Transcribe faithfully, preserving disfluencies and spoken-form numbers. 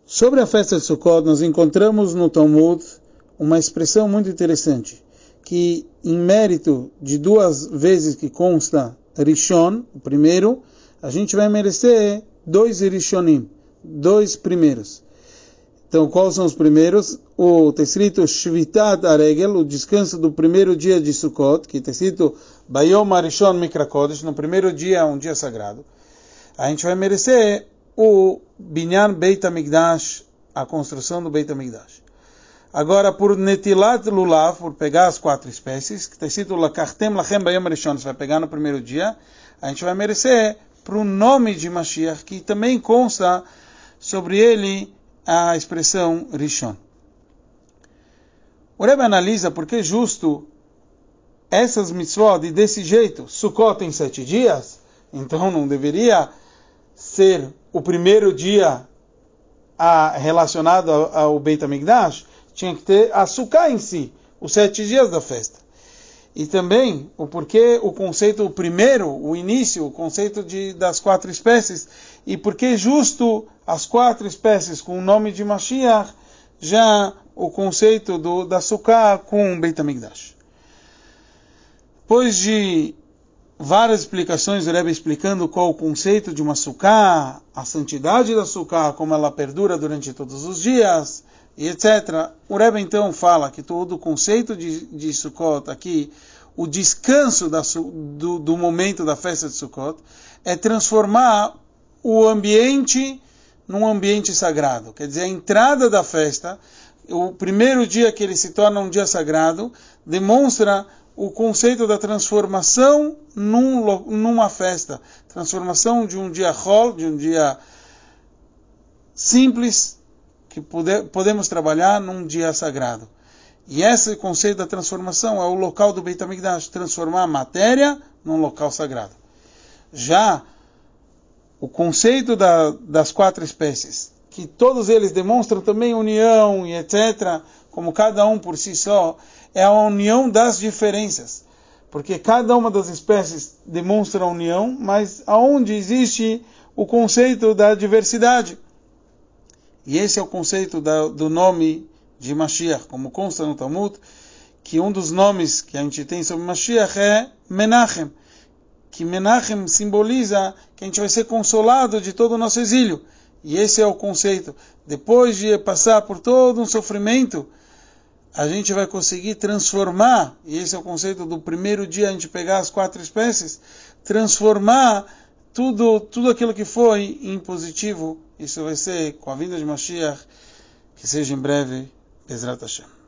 Sobre a festa de Sukkot, nós encontramos no Talmud uma expressão muito interessante, que em mérito de duas vezes que consta Rishon, o primeiro, a gente vai merecer dois Rishonim, dois primeiros. Então, quais são os primeiros? O está escrito Shvitat Aregel, o descanso do primeiro dia de Sukkot, que está escrito Bayom Arishon Mikra Kodesh, no primeiro dia, um dia sagrado. A gente vai merecer o Binyan Beit HaMikdash, a construção do Beit HaMikdash. Agora, por Netilat Lulav, por pegar as quatro espécies, que está escrito Lakachtem Lachem Bayom Arishon, você vai pegar no primeiro dia, a gente vai merecer para o nome de Mashiach, que também consta sobre ele a expressão Rishon. O Rebbe analisa por que justo essas mitzvot e desse jeito. Sukkot tem sete dias, então não deveria ser o primeiro dia a, relacionado ao, ao Beit HaMikdash, tinha que ter a Sukkah em si, os sete dias da festa. E também o porquê o conceito, o primeiro, o início, o conceito de, das quatro espécies, e porquê justo as quatro espécies com o nome de Mashiach, já o conceito do, da Sukkah com o Beit HaMikdash. Depois de várias explicações, o Rebbe explicando qual o conceito de uma Sukkah, a santidade da Sukkah, como ela perdura durante todos os dias, e etcétera. O Rebbe então fala que todo o conceito de, de Sukkot aqui, o descanso da, do, do momento da festa de Sukkot, é transformar o ambiente num ambiente sagrado. Quer dizer, a entrada da festa, o primeiro dia que ele se torna um dia sagrado, demonstra o conceito da transformação num, numa festa. Transformação de um dia hol, de um dia simples, que poder, podemos trabalhar num dia sagrado. E esse conceito da transformação é o local do Beit HaMikdash, transformar a matéria num local sagrado. Já o conceito da, das quatro espécies, que todos eles demonstram também união e etcétera, como cada um por si só, é a união das diferenças. Porque cada uma das espécies demonstra a união, mas aonde existe o conceito da diversidade. E esse é o conceito da, do nome de Mashiach, como consta no Talmud, que um dos nomes que a gente tem sobre Mashiach é Menachem, que Menachem simboliza que a gente vai ser consolado de todo o nosso exílio. E esse é o conceito. Depois de passar por todo um sofrimento, a gente vai conseguir transformar, e esse é o conceito do primeiro dia, a gente pegar as quatro espécies, transformar tudo, tudo aquilo que foi em positivo. Isso vai ser com a vinda de Mashiach, que seja em breve, Bezrat Hashem.